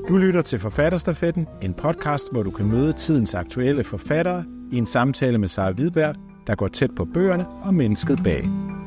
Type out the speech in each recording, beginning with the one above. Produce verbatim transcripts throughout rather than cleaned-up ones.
Du lytter til Forfatterstafetten, en podcast, hvor du kan møde tidens aktuelle forfattere i en samtale med Sara Hvidberg, der går tæt på bøgerne og mennesket bag.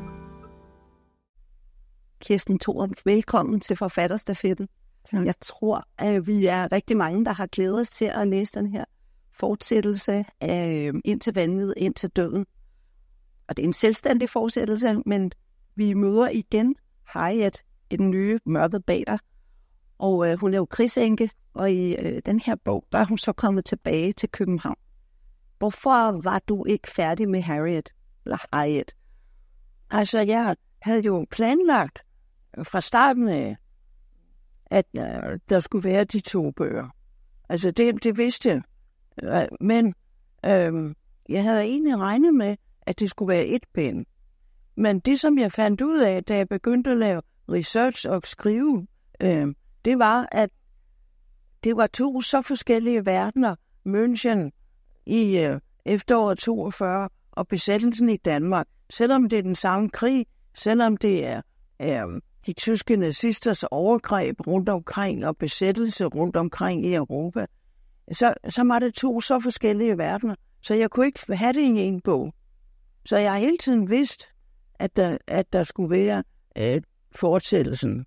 Kirsten Thorup, velkommen til Forfatterstafetten. Ja. Jeg tror, at vi er rigtig mange, der har glædet os til at læse den her fortsættelse af Ind til vanvid, ind til døden. Og det er en selvstændig fortsættelse, men vi møder igen Harriet i den nye Mørket bag dig. Og øh, hun er jo krigsenke, og i øh, den her bog, der er hun så kommet tilbage til København. Hvorfor var du ikke færdig med Harriet? Eller Harriet? Altså, jeg havde jo planlagt fra starten af, at øh, der skulle være de to bøger. Altså, det, det vidste jeg. Men øh, jeg havde egentlig regnet med, at det skulle være et bind. Men det, som jeg fandt ud af, da jeg begyndte at lave research og skrive, øh, det var, at det var to så forskellige verdener. München i øh, efteråret toogfyrre og besættelsen i Danmark. Selvom det er den samme krig, selvom det er øh, de tyske nazisters overgreb rundt omkring og besættelse rundt omkring i Europa, så, så var det to så forskellige verdener. Så jeg kunne ikke have det i en bog. Så jeg har hele tiden vidst, at der, at der skulle være øh, fortsættelsen.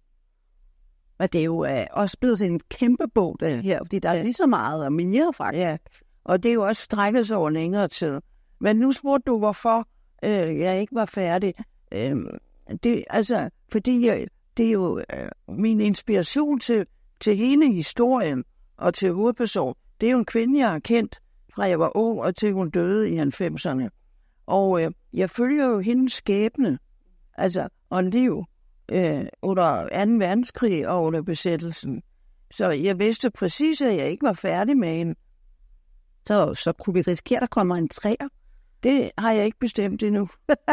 Og det er jo øh, også blevet en kæmpe bog, den her, fordi der er lige så meget og mere faktisk. Ja, og det er jo også strækket sig over længere tid. Men nu spurgte du, hvorfor øh, jeg ikke var færdig. Øh, det, altså, fordi jeg, det er jo øh, min inspiration til, til hele historien og til hovedpersonen. Det er jo en kvinde, jeg har kendt, fra jeg var ung og til hun døde i halvfemserne. Og øh, jeg følger jo hendes skæbne, altså, og liv øh, under anden verdenskrig og under besættelsen. Så jeg vidste præcis, at jeg ikke var færdig med hende. Så, så kunne vi risikere, at der kommer en træer? Det har jeg ikke bestemt endnu.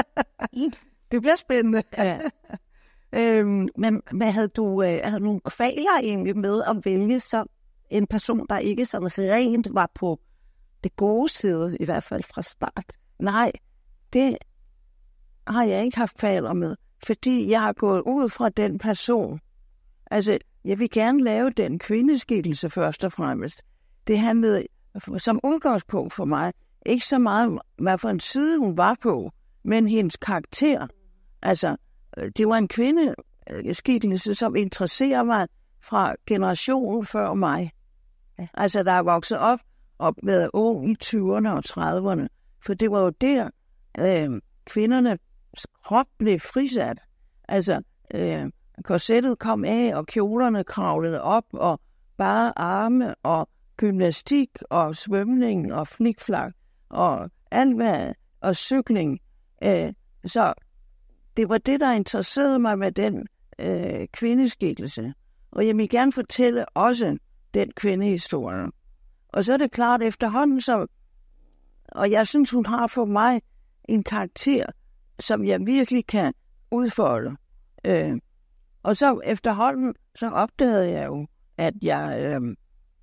Det bliver spændende. Ja. øhm, men hvad havde du øh, havde nogle kvaler egentlig med at vælge så en person, der ikke sådan rent var på det gode side, i hvert fald fra start? Nej, det har jeg ikke haft kvaler med, fordi jeg har gået ud fra den person. Altså, jeg vil gerne lave den kvindeskikkelse først og fremmest. Det handlede som udgangspunkt for mig ikke så meget, hvad for en side hun var på, men hendes karakter. Altså, det var en kvindeskikkelse, som interesserer mig fra generationen før mig. Altså, der er vokset op og været ung i tyverne og trediverne. For det var jo der, øh, kvindernes krop blev frisat. Altså, øh, korsettet kom af, og kjolerne kravlede op, og bare arme, og gymnastik, og svømning, og flikflak, og alt hvad, og cykling. Øh, så det var det, der interesserede mig med den øh, kvindeskikkelse. Og jeg vil gerne fortælle også den kvindehistorie. Og så er det klart efterhånden, så, og jeg synes, hun har for mig en karakter, som jeg virkelig kan udfolde. Øh, og så efterhånden, så opdagede jeg jo, at jeg, øh,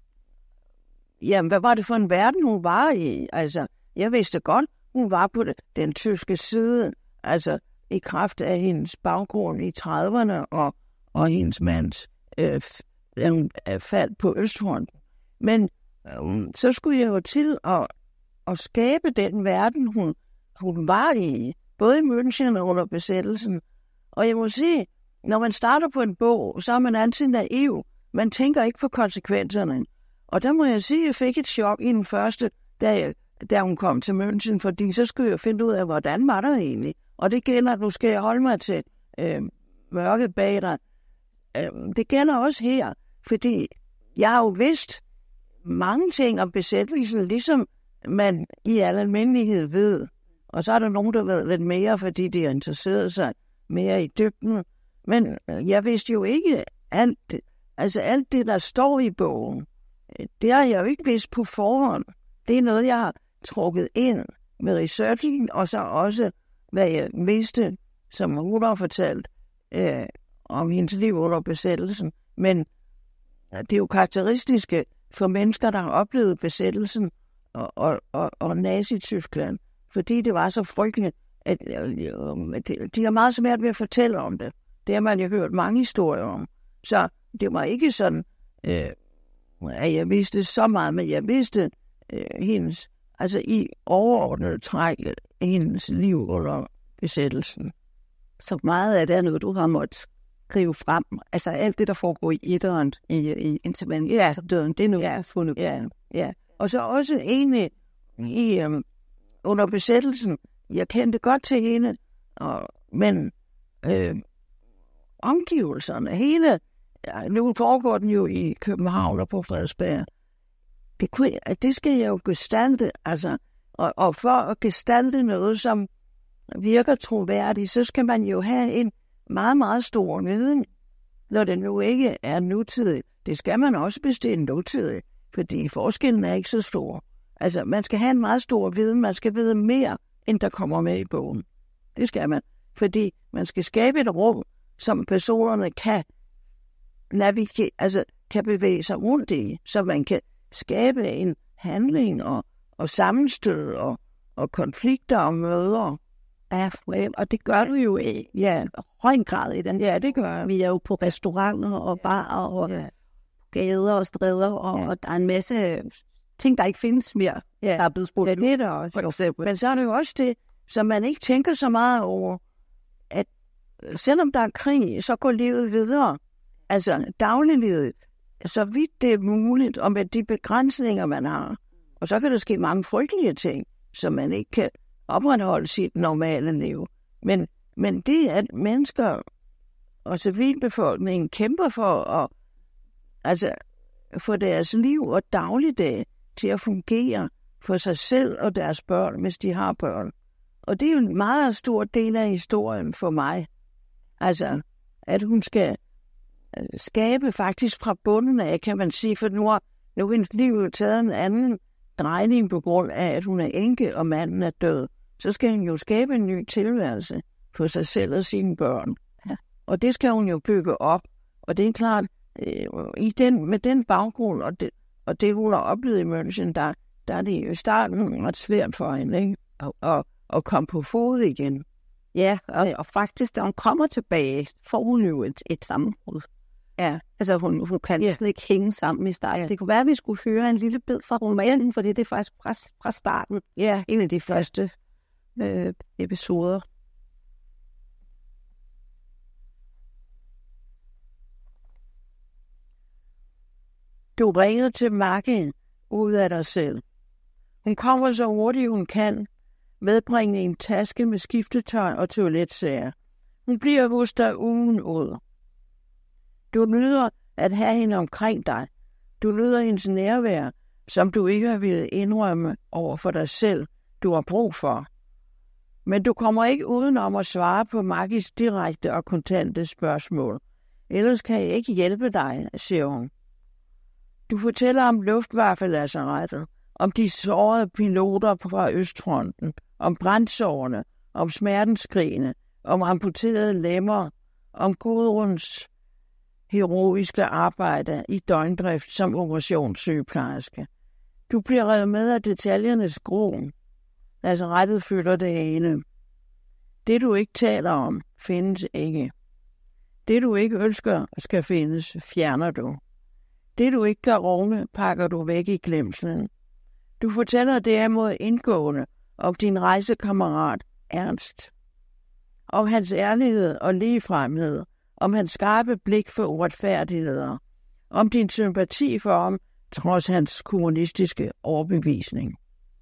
jamen, hvad var det for en verden, hun var i? Altså, jeg vidste godt, hun var på det, den tyske side, altså i kraft af hendes baggrund i trediverne og, og hendes mands øh, fald på Østfronten. Men øh, så skulle jeg jo til at, at skabe den verden, hun, hun var i, både i München og under besættelsen. Og jeg må sige, når man starter på en bog, så er man altid naiv. Man tænker ikke på konsekvenserne. Og der må jeg sige, at jeg fik et chok i den første, da, jeg, da hun kom til München, fordi så skulle jeg finde ud af, hvordan var der egentlig. Og det gælder, nu skal jeg holde mig til øh, Mørket bag dig. Øh, det gælder også her, fordi jeg har jo vidst mange ting om besættelsen, ligesom man i al almindelighed ved. Og så er der nogen, der ved lidt mere, fordi de har interesseret sig mere i dybden. Men jeg vidste jo ikke alt, altså alt det, der står i bogen. Det har jeg jo ikke vidst på forhånd. Det er noget, jeg har trukket ind med researchen, og så også, hvad jeg vidste, som hun har fortalt øh, om hendes liv under besættelsen. Men det er jo karakteristiske for mennesker, der har oplevet besættelsen og, og, og, og Nazi-Tyskland, fordi det var så frygteligt, at øh, de har meget svært ved at fortælle om det. Det har man jo hørt mange historier om. Så det var ikke sådan øh, at jeg vidste så meget, men jeg vidste øh, hendes, altså i overordnet træk, hendes liv under besættelsen. Så meget af det er noget, du har måttet skrive frem. Altså alt det, der foregår i etteren, i, i intervallen, ja, altså døden, det er noget, jeg har fundet. Ja, ja. Og så også egentlig i, um, under besættelsen, jeg kendte godt til hende, og, men øh, omgivelserne, hele, ja, nu foregår den jo i København og på Frederiksberg, det, kunne, det skal jeg jo gestalte, altså, og, og for at gestalte noget, som virker troværdigt, så skal man jo have en meget, meget stor viden, når det nu ikke er nutidigt. Det skal man også bestille nutidigt, fordi forskellen er ikke så stor. Altså, man skal have en meget stor viden, man skal vide mere, end der kommer med i bogen. Det skal man, fordi man skal skabe et rum, som personerne kan navigere, altså kan bevæge sig rundt i, så man kan skabe en handling og, og sammenstød og, og konflikter og møder. Ja, og det gør du jo i ja, høj grad i den. Ja, det gør vi er jo på restauranter og barer og ja. gader og stræder, og, ja. og der er en masse ting, der ikke findes mere, ja. der er blevet spurgt. Ja, det er der også. Men så er det jo også det, som man ikke tænker så meget over, at selvom der er krig, så går livet videre. Altså dagliglivet, så vidt det er muligt, og med de begrænsninger, man har. Og så kan der ske mange frygtelige ting, som man ikke kan opretholde sit normale liv. Men, men det, at mennesker og civilbefolkningen kæmper for at altså, få deres liv og dagligdag til at fungere for sig selv og deres børn, hvis de har børn. Og det er jo en meget stor del af historien for mig. Altså, at hun skal skabe faktisk fra bunden af, kan man sige, for nu har, nu har hendes liv taget en anden drejning på grund af, at hun er enke, og manden er død. Så skal hun jo skabe en ny tilværelse for sig selv og sine børn. Ja. Og det skal hun jo bygge op. Og det er klart, øh, i den, med den baggrund, og det, og det hun har oplevet i München, der, der er det jo i starten ret svært for hende, ikke? Og, og, og komme på fod igen. Ja, og, og faktisk, da hun kommer tilbage, får hun jo et, et sammenbrud. Ja. Altså, hun, hun kan ja. slet ikke hænge sammen i starten. Ja. Det kunne være, at vi skulle høre en lille bid fra romanen, for det er faktisk fra, fra starten. Ja. En af de første øh, episoder. Du ringede til Maggie ud af dig selv. Hun kommer så hurtigt hun kan, medbringende en taske med skiftetøj og toiletsager. Hun bliver hos dig ugen ud. Du nyder at have hende omkring dig. Du nyder hendes nærvær, som du ikke har ville indrømme over for dig selv, du har brug for. Men du kommer ikke udenom at svare på Maggies direkte og kontante spørgsmål. Ellers kan jeg ikke hjælpe dig, siger hun. Du fortæller om Luftwaffe-lazarettet, om de sårede piloter fra Østfronten, om brændsårene, om smertenskrigene, om amputerede lemmer, om Gudruns heroiske arbejde i døgndrift som operationssygeplejerske. Du bliver revet med af detaljernes gron. Lazarettet fylder det hele. Det du ikke taler om, findes ikke. Det du ikke ønsker skal findes, fjerner du. Det du ikke kan rumme, pakker du væk i glemslen. Du fortæller derimod indgående om din rejsekammerat Ernst. Om hans ærlighed og ligefremhed, om hans skarpe blik for uretfærdigheder, om din sympati for ham, trods hans kommunistiske overbevisning.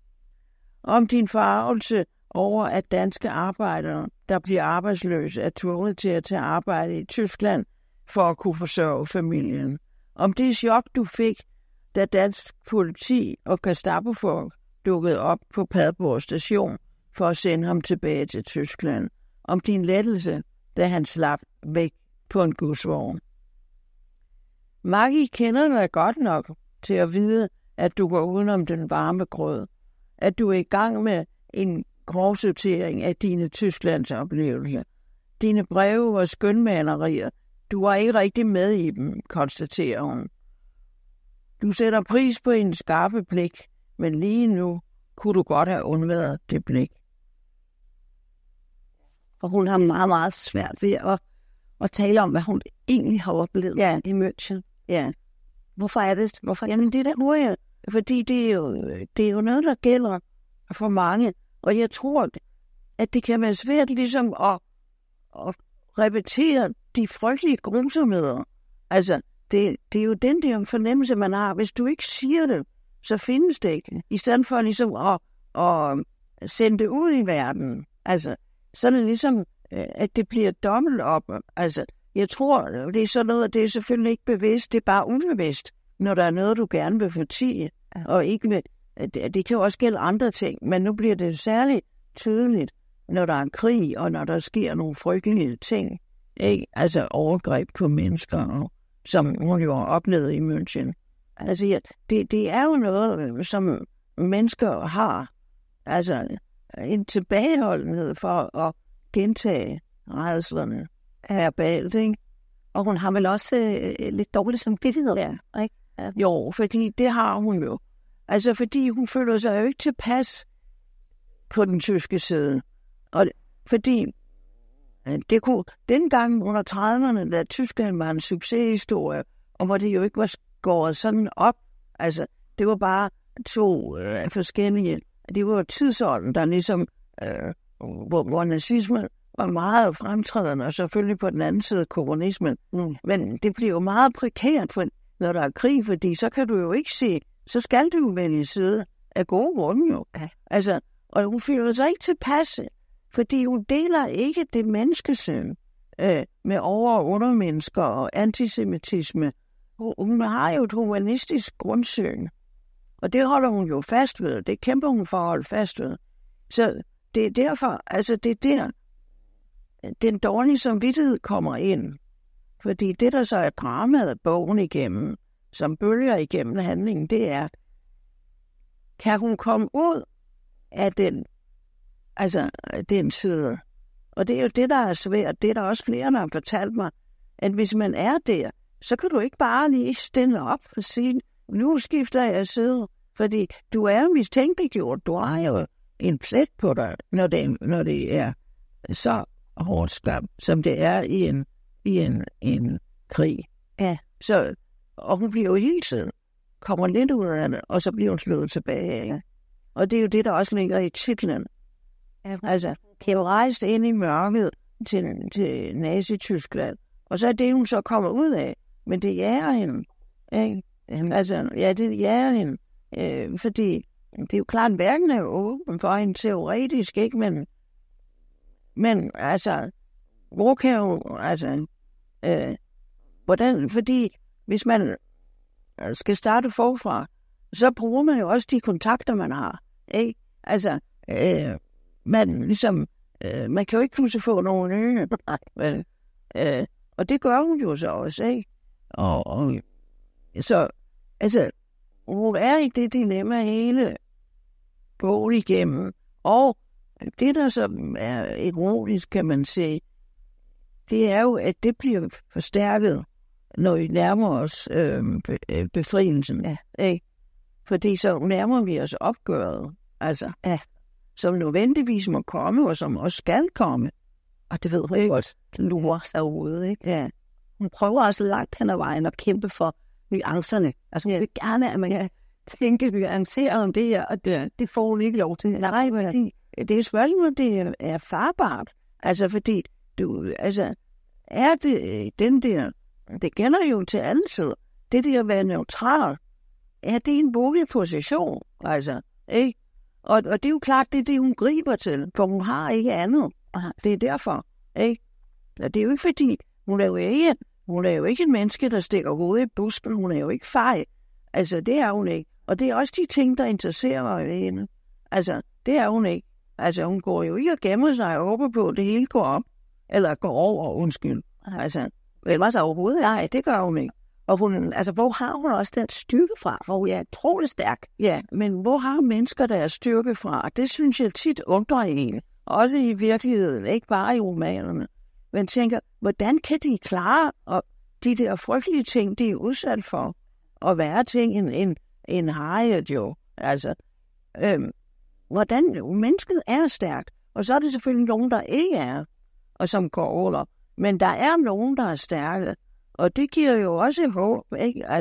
Om din forargelse over, at danske arbejdere, der bliver arbejdsløse, er tvunget til at tage arbejde i Tyskland for at kunne forsørge familien. Om det chok, du fik, da dansk politi og Gestapo-folk dukkede op på Padborg station for at sende ham tilbage til Tyskland. Om din lettelse, da han slap væk på en godsvogn. Maggie kender dig godt nok til at vide, at du går udenom den varme grød. At du er i gang med en grovsortering af dine Tysklands oplevelser. Dine breve og skønmalerier, du var ikke rigtig med i dem, konstaterer hun. Du sætter pris på en skarpe blik, men lige nu kunne du godt have undværet det blik. Og hun har meget, meget svært ved at, at tale om, hvad hun egentlig har oplevet ja. i München. Ja. Hvorfor er det? Hvorfor? Jamen, det der nu er, fordi det er, jo, det er jo noget, der gælder for mange. Og jeg tror, at det kan være svært ligesom at, at repetere de frygtelige grusomheder. Altså, det, det er jo den der fornemmelse, man har. Hvis du ikke siger det, så findes det ikke. I stedet for ligesom at, at sende det ud i verden. Altså, så er det ligesom, at det bliver dobbelt op. Altså, jeg tror, det er sådan noget, at det er selvfølgelig ikke bevidst, det er bare ubevidst, når der er noget, du gerne vil fortige. Og ikke med, det, det kan jo også gælde andre ting, men nu bliver det særligt tydeligt, når der er en krig, og når der sker nogle frygtelige ting. Ikke? Altså overgreb på mennesker, og, som hun jo har oplevet i München. Altså, ja, det, det er jo noget, som mennesker har. Altså, en tilbageholdenhed for at gentage rædslerne verbalt, ikke? Og hun har vel også øh, lidt dårligt samvittighed, ja, ikke? Ja. Jo, fordi det har hun jo. Altså, fordi hun føler sig jo ikke tilpas på den tyske side. Og fordi det kunne, dengang under trediverne, da Tyskland var en succeshistorie, og hvor det jo ikke var skåret sådan op, altså, det var bare to øh, forskellige, det var tidsånden, der ligesom, øh, hvor, hvor nazismen var meget fremtrædende, og selvfølgelig på den anden side kommunismen. Mm. Men det bliver jo meget prekært, for, når der er krig, fordi så kan du jo ikke se, så skal du jo vælge side af gode grunde jo. Ja. Altså, og hun føler sig ikke tilpasse, fordi hun deler ikke det menneskesyn øh, med over- og undermennesker og antisemitisme. Hun, hun har jo et humanistisk grundsyn, og det holder hun jo fast ved. Det kæmper hun for at holde fast ved. Så det er derfor, altså det er der, den dårlige samvittighed kommer ind. Fordi det, der så er dramaet bogen igennem, som bølger igennem handlingen, det er, kan hun komme ud af den, altså den side. Og det er jo det, der er svært. Det er der også flere, der har fortalt mig, at hvis man er der, så kan du ikke bare lige stille op og sige, nu skifter jeg side. Fordi du er jo mistænkeliggjort. Du har jo en plet på dig, når det, når det er så hårdt skam, som det er i en, i en, en krig. Ja. Så, og hun bliver jo hele tiden, kommer lidt ud af det, og så bliver hun slået tilbage. Ja. Og det er jo det, der også ligger i titlen. Ja. Altså, kan jo rejse ind i mørket til, til Nazi-Tyskland, og så er det, hun så kommer ud af. Men det er hende. Ikke? Altså, ja, det er hende. Øh, fordi det er jo klart, at verden er jo åben for hende teoretisk, ikke? Men, men altså, hvor kan jo, altså, øh, hvordan, fordi hvis man skal starte forfra, så bruger man jo også de kontakter, man har, ikke? Altså, øh, man ligesom, øh, man kan jo ikke pludselig få nogen nye, men, øh, og det gør hun jo så også, ikke? Og, og så, altså, hun er i det dilemma hele bogen igennem, og det, der så er ironisk, kan man sige, det er jo, at det bliver forstærket, når vi nærmer os øh, be- befrielsen. Ja, ikke? Fordi så nærmer vi os opgøret, altså, ja, som nødvendigvis må komme, og som også skal komme. Og det ved hun ikke også, lurer sig ude, ikke? Ja. Hun prøver også langt hen ad vejen at kæmpe for nuancerne. Altså hun ja. vil gerne, at man kan tænke nuanceret om det her, og det, det får hun ikke lov til. Nej, fordi det er spørgsmålet, det er farbart. Altså, fordi du, altså, er det den der, det gælder jo til alle sider, det der at være neutral, er det en bolig position, altså, ikke? Og, og det er jo klart, det er det, hun griber til, for hun har ikke andet. Det er derfor, ikke? Og det er jo ikke fordi, hun er jo ikke, hun er jo ikke en menneske, der stikker hovedet i busken, hun er jo ikke fej. Altså, det er hun ikke. Og det er også de ting, der interesserer mig ved hende. Altså, det er hun ikke. Altså, hun går jo ikke og gemmer sig og håber på, at det hele går op. Eller går over, undskyld. Altså, vel var så overhovedet. Nej, det gør hun ikke. Og hun, altså, hvor har hun også den styrke fra? For hun er utrolig stærk. Ja, men hvor har mennesker deres styrke fra? Det synes jeg tit undrer en. Også i virkeligheden, ikke bare i romanerne. Men tænker, hvordan kan de klare og de der frygtelige ting, de er udsat for? At være ting en, en, en Harriet jo. Altså, øhm, hvordan mennesket er stærkt. Og så er det selvfølgelig nogen, der ikke er, og som går over. Men der er nogen, der er stærke. Og det giver jo også håb, ikke? Altså,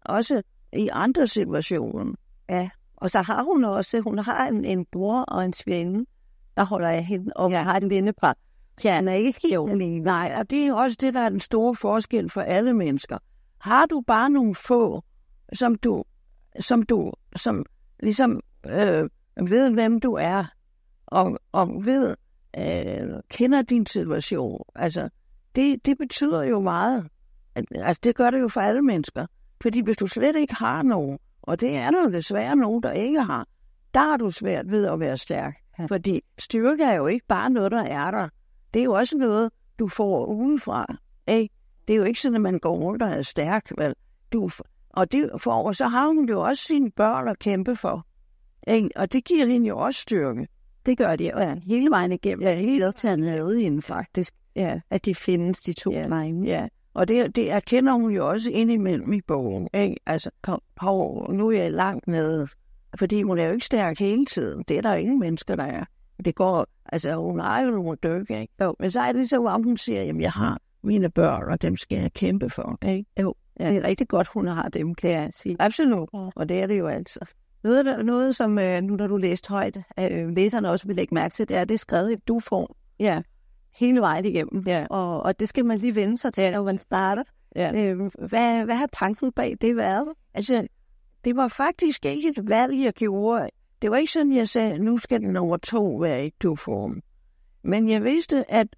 også i andre situationer. Ja, og så har hun også, hun har en, en bror og en svigerinde, der holder af hende, og ja. har et vennepar. Ja, han er ikke helt alene. Nej, og det er også det, der er den store forskel for alle mennesker. Har du bare nogle få, som du, som du, som ligesom øh, ved, hvem du er, og, og ved, øh, kender din situation, altså, det, det betyder jo meget. Altså, det gør det jo for alle mennesker. Fordi hvis du slet ikke har nogen, og det er der jo desværre nogen, der ikke har, der har du svært ved at være stærk. Ja. Fordi styrke er jo ikke bare noget, der er der. Det er jo også noget, du får udefra. Ikke? Det er jo ikke sådan, at man går rundt og er stærk. Vel? Du, og, det, for, og så har hun jo også sine børn at kæmpe for. Ikke? Og det giver hende jo også styrke. Det gør de jo ja. hele vejen igennem. Ja, hele tiden lavet hende faktisk. Ja. At de findes, de to ja. vejen. Ja. Og det, det erkender hun jo også indimellem i bogen. Ikke? Altså, hov, nu er jeg langt nede. Fordi hun er jo ikke stærk hele tiden. Det er der jo ingen mennesker, der er. Det går, altså hun har jo nogle dykke, ikke? Jo. Men så er det så, om hun siger, jamen jeg har mine børn, og dem skal jeg kæmpe for, ikke? Jo, ja. Det er rigtig godt, hun har dem, kan jeg sige. Absolut, og det er det jo altså. Noget, noget som, øh, nu når du læste højt, øh, læserne også vil lægge mærke til, det er, det er skrevet i du-form. Ja. Hele vejen igennem. Ja. Og, og det skal man lige vende sig til, når man starter. Ja. Øh, hvad, hvad har tanken bag det været? Altså, det var faktisk ikke et valg, jeg gjorde. Det var ikke sådan, jeg sagde, nu skal den over to være i du-form. Men jeg vidste, at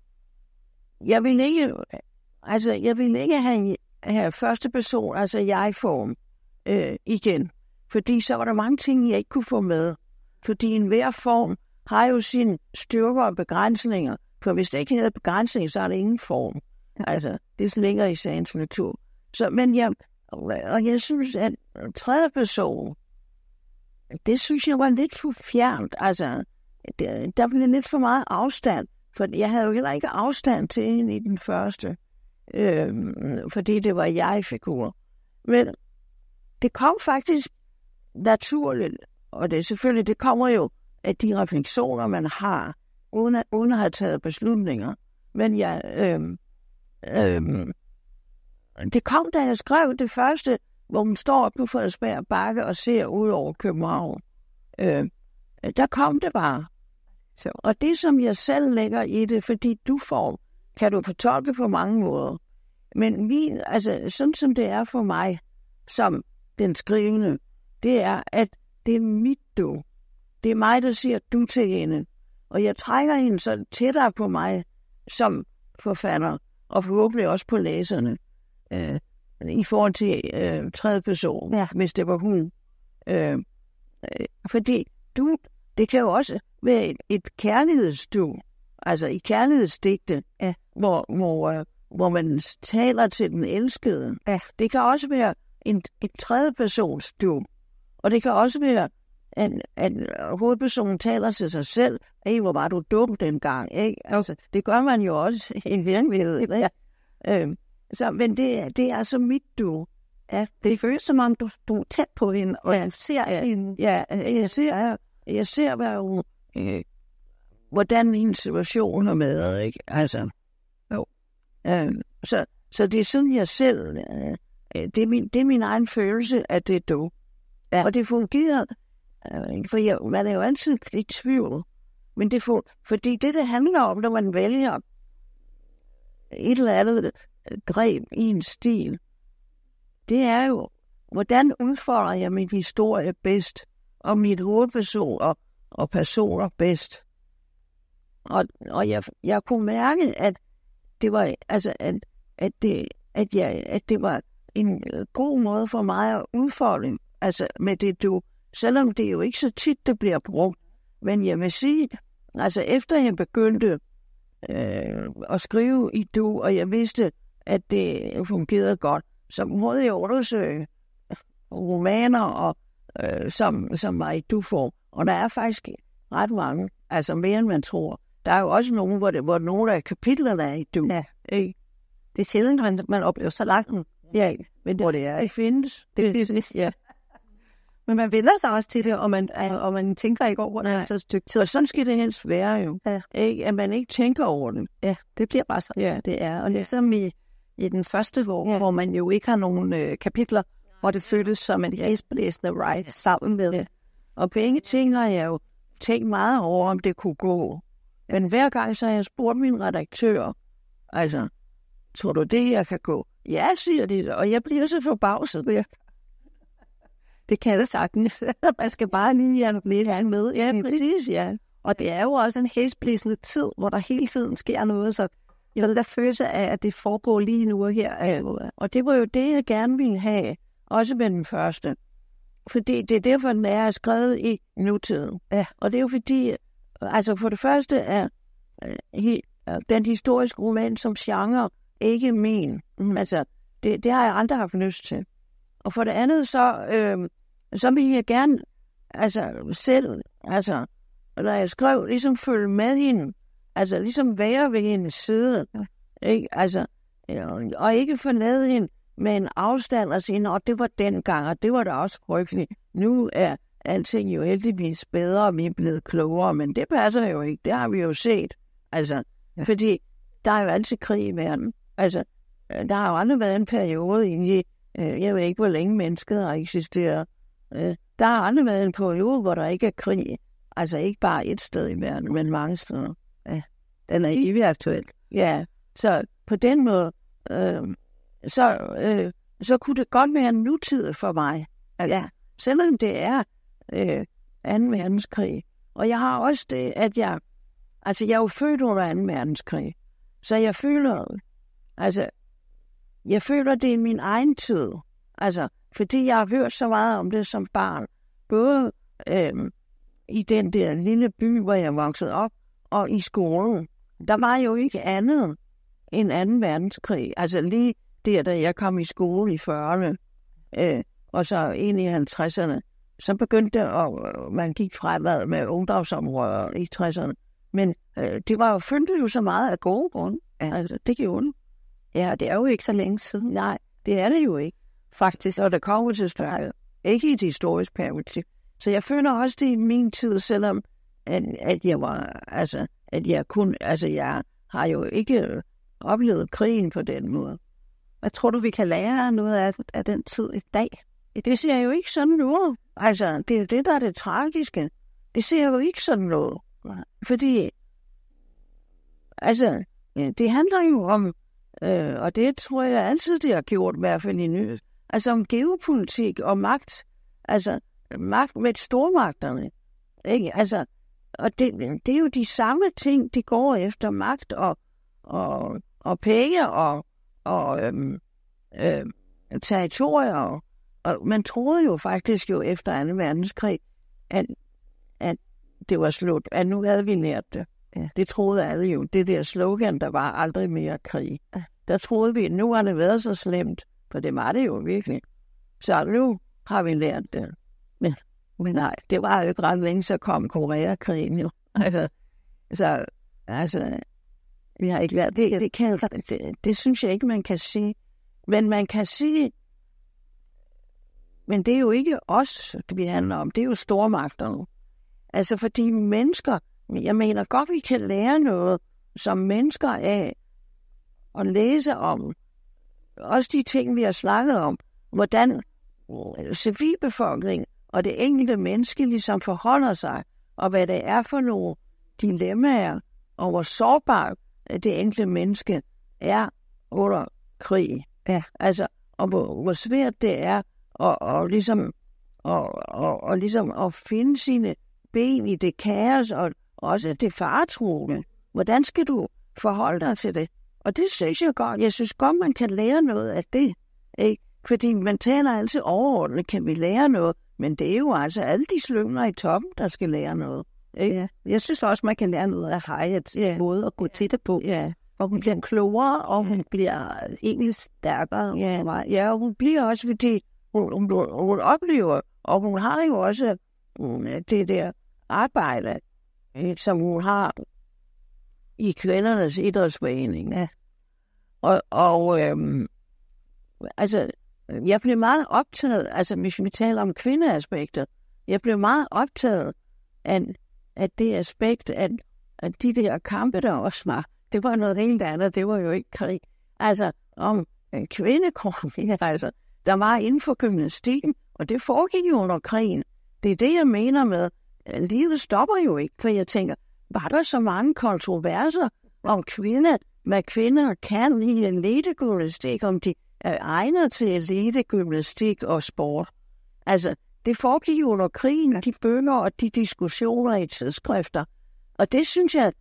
jeg ville ikke, altså, jeg ville ikke have, have første person, altså jeg-form, øh, igen. Fordi så var der mange ting, jeg ikke kunne få med. Fordi enhver form har jo sine styrker og begrænsninger. For hvis der ikke havde begrænsninger, så er der ingen form. Altså, det ligger i sagens natur. Så, men jeg, og jeg synes, at tredje person, det synes jeg var lidt for fjernt. Altså, det, der blev lidt for meget afstand. For jeg havde jo heller ikke afstand til hende i den første. Øhm, fordi det var jeg-figur. Men det kom faktisk naturligt. Og det selvfølgelig, det kommer jo af de refleksioner, man har, uden at, uden at have taget beslutninger. Men jeg, øhm, øhm, det kom, da jeg skrev det første, hvor man står på Frederiksberg Bakke og ser ud over København. Øh, der kom det bare. Så, og det, som jeg selv lægger i det, fordi du får, kan du fortolke på mange måder. Men min, altså, sådan som det er for mig, som den skrivende, det er, at det er mit du. Det er mig, der siger du til hende. Og jeg trækker hende så tættere på mig som forfatter, og forhåbentlig også på læserne. Øh, i forhold til øh, tredje person, ja. Hvis det var hun. Øh, øh, fordi du, det kan jo også være et, et kærlighedsdu, altså i kærlighedsdigte, ja. hvor, hvor, øh, hvor man taler til den elskede. Ja. Det kan også være en, et tredje persons du, og det kan også være, at, at hovedpersonen taler til sig selv. Ej, hvor var du dum dengang, ikke? Altså, det gør man jo også i virkeligheden. Ja. Øh, Så, men det, det er altså mit du. Ja, det føles som om, du, du er tæt på hende, og jeg ser ja, hende. Ja, jeg ser, jeg ser hvad hun, øh, hvordan hendes situation er med, ikke? Altså, jo. Øh, så, så det er sådan, jeg selv, øh, det, er min, det er min egen følelse, at det er du. Ja. Og det fungerer, øh, for jeg, man er jo altid i tvivl. Men det for, fordi det, det handler om, når man vælger et eller andet greb i en stil, det er jo, hvordan udfordrer jeg min historie bedst, og mit hovedperson og, og personer bedst. Og, og jeg, jeg kunne mærke, at det var, altså, at, at, det, at, jeg, at det var en god måde for mig at udfordre, altså med det du, selvom det jo ikke så tit, det bliver brugt. Men jeg vil sige, altså efter jeg begyndte øh, at skrive i du, og jeg vidste, at det fungerede godt, så måtte jeg undersøge romaner, og, øh, som, som var i du-form. Og der er faktisk ret mange, altså mere end man tror. Der er jo også nogle, hvor, det, hvor nogle af kapitlerne er i du. Ja. Ikke? Det er sjældent, man, man oplever så langt. Ja, men hvor det er, det findes. Det, det, det, ja. Men man vender sig også til det, og man, og man tænker ikke over det efter et stykke tid. Og sådan skal det helst være jo. Ja. Ikke? At man ikke tænker over det. Ja, det bliver bare sådan, ja. Det er. Og ligesom i, i den første, hvor, ja. hvor man jo ikke har nogen øh, kapitler, hvor det føltes som en hæsblæsende ride sammen med. Ja. Og begge ting har jeg jo tænkt meget over, om det kunne gå. Men hver gang så har jeg spurgt min redaktør, altså, tror du det, jeg kan gå? Ja, siger de, og jeg bliver så forbavset. Det kan det sagtens. Man skal bare lige have lidt her med. Ja, præcis, ja. Og det er jo også en hæsblæsende tid, hvor der hele tiden sker noget, så, så det der følelse af, at det foregår lige nu og her. Ja. Og det var jo det, jeg gerne ville have, også med den første. Fordi det er derfor, den er skrevet i nutiden. Ja. Og det er jo fordi, altså for det første er øh, den historiske roman som genre ikke min. Altså, det, det har jeg aldrig haft lyst til. Og for det andet, så, øh, så vil jeg gerne altså, selv, altså, når jeg skrev, ligesom følge med hende. Altså, ligesom være ved hendes side. Ikke? Altså, og ikke forlade hende med en afstand og sige, at det var dengang, og det var da også frygteligt. Nu er alting jo heldigvis bedre, og vi er blevet klogere, men det passer jo ikke. Det har vi jo set. Altså, ja. Fordi der er jo altid krig i verden. Altså, der har jo aldrig været en periode i, jeg ved ikke, hvor længe mennesket har eksisteret. Der har aldrig været en periode, hvor der ikke er krig. Altså ikke bare et sted i verden, men mange steder. Ja, den er evig aktuel. Ja, så på den måde, øh, så, øh, så kunne det godt være en nutid for mig. Altså, ja, selvom det er øh, anden verdenskrig. Og jeg har også det, at jeg, altså jeg er jo født under anden verdenskrig. Så jeg føler, altså, jeg føler, det er min egen tid. Altså, fordi jeg har hørt så meget om det som barn. Både øh, i den der lille by, hvor jeg voksede op, og i skolen. Der var jo ikke andet end anden verdenskrig. Altså lige der, da jeg kom i skole i fyrrerne, øh, og så ind i halvtredserne, så begyndte det, og man gik fremad med ungdomsområder i tresserne. Men øh, det var jo fyldte jo så meget af gode grunde. Ja. Altså, det gjorde det. Ja, det er jo ikke så længe siden. Nej, det er det jo ikke. Faktisk, og der kommer til større. Ikke i et historisk perspektiv. Så jeg føler også, det i min tid, selvom at, at jeg var, altså, at jeg kun, altså jeg har jo ikke oplevet krigen på den måde. Hvad tror du, vi kan lære noget af, af den tid i dag? Det ser jo ikke sådan noget. Altså, det er det, der er det tragiske. Det ser jo ikke sådan noget. Fordi, altså, det handler jo om, øh, og det tror jeg altid, det har gjort, i hvert fald i nyt, altså om geopolitik og magt, altså magt med stormagterne. Ikke? Altså, og det, det er jo de samme ting, de går efter magt og, og, og penge og, og øhm, øhm, territorier. Og, og man troede jo faktisk jo efter anden verdenskrig, at, at det var slut, at nu havde vi lært det. Ja. Det troede alle jo. Det der slogan, der var aldrig mere krig. Ja. Der troede vi, at nu har det været så slemt, for det var det jo virkelig. Så nu har vi lært det. Men, men nej, det var jo ikke ret længe, så kom Koreakrigen jo. Altså, så, altså, vi har ikke lært det. Det, kan, det. Det synes jeg ikke, man kan sige. Men man kan sige, men det er jo ikke os, det vi handler om. Det er jo stormagterne. Altså, fordi mennesker, jeg mener godt, vi kan lære noget som mennesker af at læse om. Også de ting, vi har snakket om. Hvordan civilbefolkningen og det enkelte menneske ligesom forholder sig, og hvad det er for nogle dilemmaer, og hvor sårbart det enkelte menneske er under krig. Ja. Altså, og hvor, hvor svært det er og, og ligesom, og, og, og ligesom at finde sine ben i det kaos, og også det faretruende. Hvordan skal du forholde dig til det? Og det synes jeg godt. Jeg synes godt, man kan lære noget af det. Ikke? Fordi man taler altid overordnet, kan vi lære noget, men det er jo altså alle de slyngler i toppen, der skal lære noget. Ikke? Ja. Jeg synes også, man kan lære noget af Harriets yeah. måde at gå til det på. Ja. Og hun bliver klogere, og hun bliver egentlig stærkere. Ja, ja, og hun bliver også, fordi hun, hun, hun oplever, og hun har jo også det der arbejde, som hun har i kvindernes idrætsforening. Ja. Og, og øhm, altså, jeg blev meget optaget, altså hvis vi taler om kvindeaspekter, jeg blev meget optaget af, af det aspekt, at, at de der kampe, der også var, det var noget helt andet, det var jo ikke krig. Altså, om kvindekroppen, altså, der var inden for gymnastikken, og det foregik jo under krigen. Det er det, jeg mener med, at livet stopper jo ikke, for jeg tænker, var der så mange kontroverser om kvinder, hvad kvinder kan i elitegymnastik, om de er egnet til elitegymnastik og sport. Altså, det foregik jo under krigen, de bøger og de diskussioner i tidsskrifter. Og det synes jeg,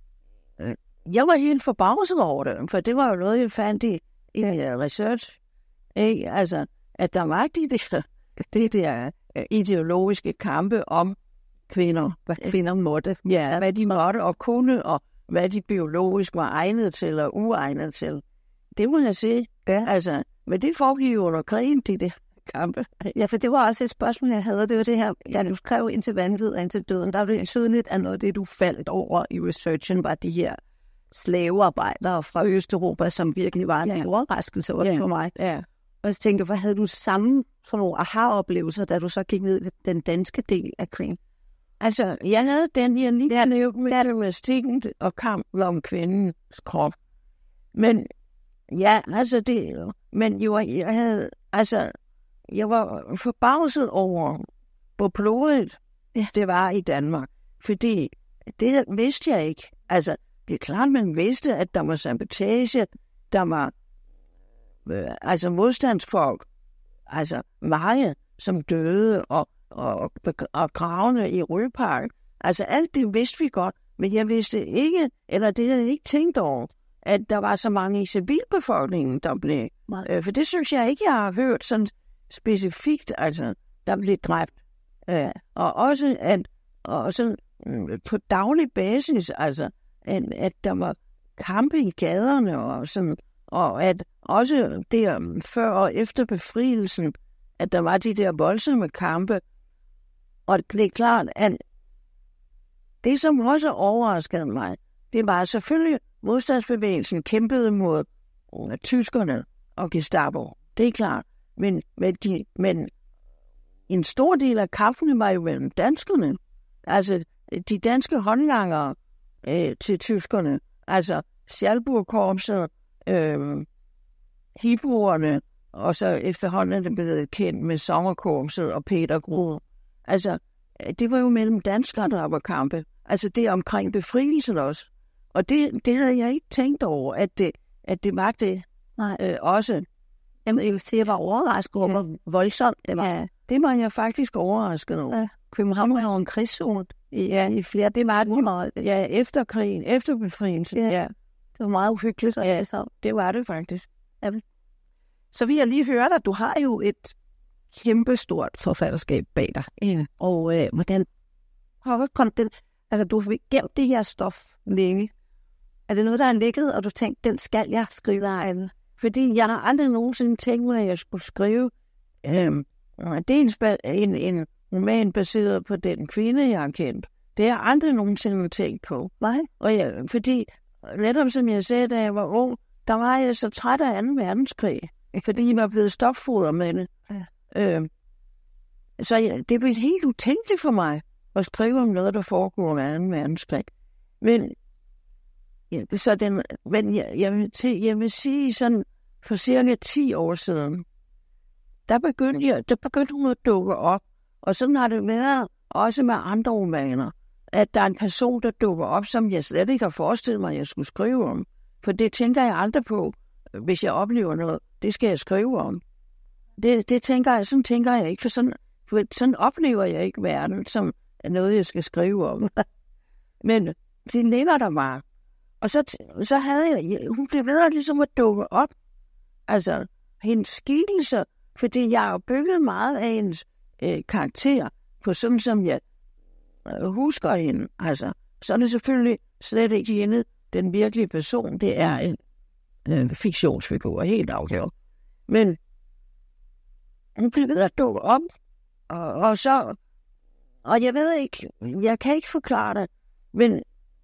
jeg var helt forbavset over det, for det var jo noget, jeg fandt i, i research. Ikke? Altså, at der var de der, de der ideologiske kampe om kvinder, hvad kvinder måtte. Ja, hvad de måtte og kunne, og hvad de biologisk var egnet til og uegnet til. Det må jeg sige. Ja. Altså, men det foregik jo under krigen, de der kampe. Ja, for det var også et spørgsmål, jeg havde. Det var det her, da du skrev Indtil vanvid og indtil døden, der var det tydeligt, at noget af det, du faldt over i researchen, var de her slavearbejdere fra Østeuropa, som virkelig var en ja. overraskelse også ja. for mig. Ja. Og så tænkte jeg, hvad havde du samme for nogle aha-oplevelser, da du så gik ned i den danske del af krigen? Altså, jeg havde den, jeg lige havde nævnt med gymnastikken og kampen om kvindens krop. Men, ja, altså det, men jo, jeg havde, altså, jeg var forbavset over, hvor blodigt ja. det var i Danmark. Fordi det vidste jeg ikke. Altså, det er klart, man vidste, at der var sabotage, der var øh, altså modstandsfolk, altså mange, som døde, og, og, og gravene i Rødparken. Altså, alt det vidste vi godt, men jeg vidste ikke, eller det havde jeg ikke tænkt over, at der var så mange i civilbefolkningen, der blev. Øh, for det synes jeg ikke, jeg har hørt sådan specifikt, altså, der blev dræbt. Øh, og også at og sådan, øh, på daglig basis, altså, at, at der var kampe i gaderne, og, sådan, og at også der før og efter befrielsen, at der var de der voldsomme kampe. Og det er klart, at det, som også overraskede mig, det var selvfølgelig, modstandsbevægelsen kæmpede mod uh, tyskerne og Gestapo. Det er klart. Men, men, de, men en stor del af kampene var jo mellem danskerne. Altså, de danske håndlangere øh, til tyskerne. Altså, Schalburg-korpset, øh, Hiboerne, og så efterhånden er det blevet kendt med Sommerkorpset og Peter Grue. Altså, det var jo mellem danskere, der var kampe. Altså, det er omkring befrielsen også. Og det, det havde jeg ikke tænkt over, at det, at det var det øh, også. Jamen, jeg vil sige, jeg var overrasket over, hvor voldsomt det var. Ja, det var jeg faktisk overrasket over. Ja. København var jo en krigszone i, ja, i flere. Det var det meget. Ja, efter krigen, efter befrielsen. Ja. Ja. Det var meget uhyggeligt. Ja, så det var det faktisk. Ja. Så vil jeg lige høre dig, du har jo et kæmpestort forfatterskab bag dig. Ja. Og øh, hvordan har kom den? Altså, du har gemt det her stof længe. Er det noget, der er ligget, og du tænkte, den skal jeg skrive af? Fordi jeg har aldrig nogensinde tænkt mig, at jeg skulle skrive øhm, dels en, en roman baseret på den kvinde, jeg har kendt. Det har jeg aldrig nogensinde tænkt på. Nej. Og jeg, fordi, netop som jeg sagde, da jeg var ung, der var jeg så træt af anden verdenskrig. Fordi jeg var blevet stoffoder med det. Ja. Øhm, så jeg, det blev helt utænkeligt for mig at skrive om noget, der foregår med anden verdenskrig. Men, ja, så den, men jeg, jeg, vil til, jeg vil sige sådan, for cirka ti år siden, der begyndte, jeg, der begyndte hun at dukke op. Og sådan har det været også med andre romaner, at der er en person, der dukker op, som jeg slet ikke har forestillet mig, at jeg skulle skrive om. For det tænker jeg aldrig på, hvis jeg oplever noget. Det skal jeg skrive om. Det, det tænker jeg, sådan tænker jeg ikke, for sådan, for sådan oplever jeg ikke verden, som noget, jeg skal skrive om. Men det ligger der bare. Og så, så havde jeg, hun blev ved ligesom at dukke op. Altså, hendes skikkelse, fordi jeg har bygget meget af hendes øh, karakter, på sådan som jeg øh, husker hende. Altså, så er det selvfølgelig slet ikke hende, den virkelige person. Det er en øh, fiktionsfigur, helt afgjort. Men hun blev ved at dukke op, og, og så, og jeg ved ikke, jeg kan ikke forklare det, men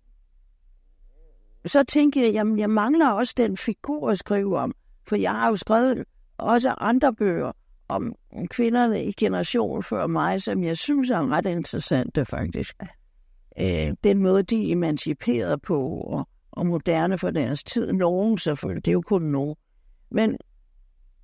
så tænker jeg, jamen, jeg mangler også den figur at skrive om, for jeg har jo skrevet også andre bøger om kvinderne i generationen før mig, som jeg synes er ret interessante faktisk. Øh, den måde, de emanciperede på, og, og moderne for deres tid. Nogen selvfølgelig, det er jo kun nogen. Men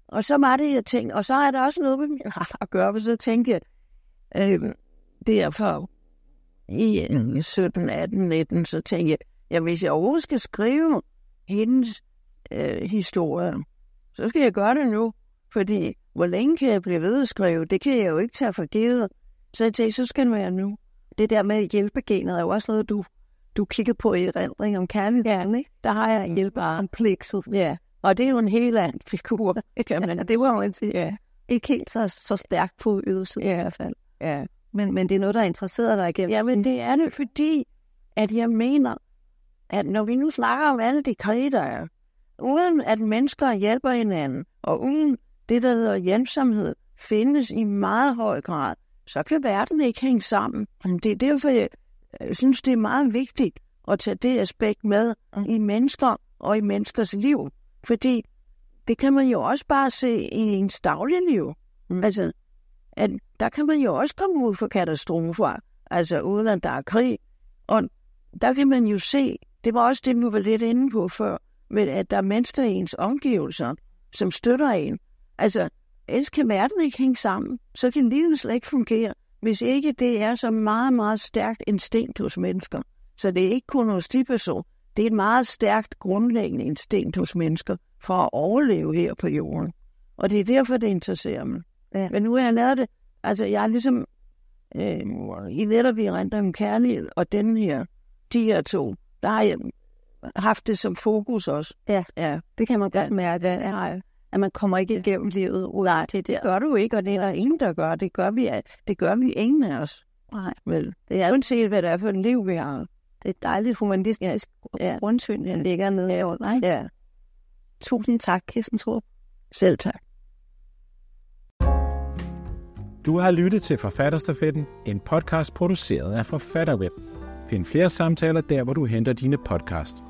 og så var det, jeg tænkte, og så er der også noget med min at gøre, og så tænkte jeg, øh, derfor i sytten, atten, nitten, så tænkte jeg, ja, hvis jeg overhovedet skal skrive hendes øh, historie, så skal jeg gøre det nu, fordi hvor længe kan jeg blive ved at skrive? Det kan jeg jo ikke tage for givet. Så jeg tænkte, så skal det være nu. Det der med hjælpegenet er jo også noget, du, du kigger på i erindring om kærligheden, ikke? Der har jeg hjælpekomplekset. Ja. Og det er jo en helt anden figur, kan man. Det var jo en, ja. Ikke helt så, så stærkt på ydersiden ja. I hvert fald. Ja. Men, men det er noget, der interesserer dig igennem. Ja, men det er det, fordi at jeg mener, at når vi nu snakker om alle de krige, der er, uden at mennesker hjælper hinanden, og uden det, der hedder hjælpsomhed, findes i meget høj grad, så kan verden ikke hænge sammen. Det er derfor, jeg synes, det er meget vigtigt at tage det aspekt med i mennesker og i menneskers liv. Fordi det kan man jo også bare se i ens dagligliv. Mm. Altså, at der kan man jo også komme ud for katastrofer, altså uden at der er krig. Og der kan man jo se, det var også det, vi var lidt inde på før, med at der er mennesker i ens omgivelser, som støtter en. Altså, ellers kan verden ikke hænge sammen. Så kan livet slet ikke fungere, hvis ikke det er så meget, meget stærkt instinkt hos mennesker. Så det er ikke kun hos de personer. Det er et meget stærkt grundlæggende instinkt hos mennesker for at overleve her på jorden. Og det er derfor, det interesserer mig. Ja. Men nu har jeg lavet det. Altså, jeg er ligesom øh, i netop i Erindring om kærlighed, og den her, de her to, der har jeg haft det som fokus også. Ja, ja. Det kan man godt ja. mærke. Ja. At man kommer ikke igennem livet. Nej, det der. gør du ikke, og det er der ingen, der gør. Det gør vi, det gør vi ingen af os. Nej. Vel, det er uanset, hvad det er for et liv, vi har. Det er dejligt humanistisk ja. grundsyn, der ligger nede her. Nej? Ja. Tusind tak, Kirsten Thorup. Selv tak. Du har lyttet til Forfatterstafetten, en podcast produceret af Forfatterweb. Find flere samtaler der, hvor du henter dine podcast.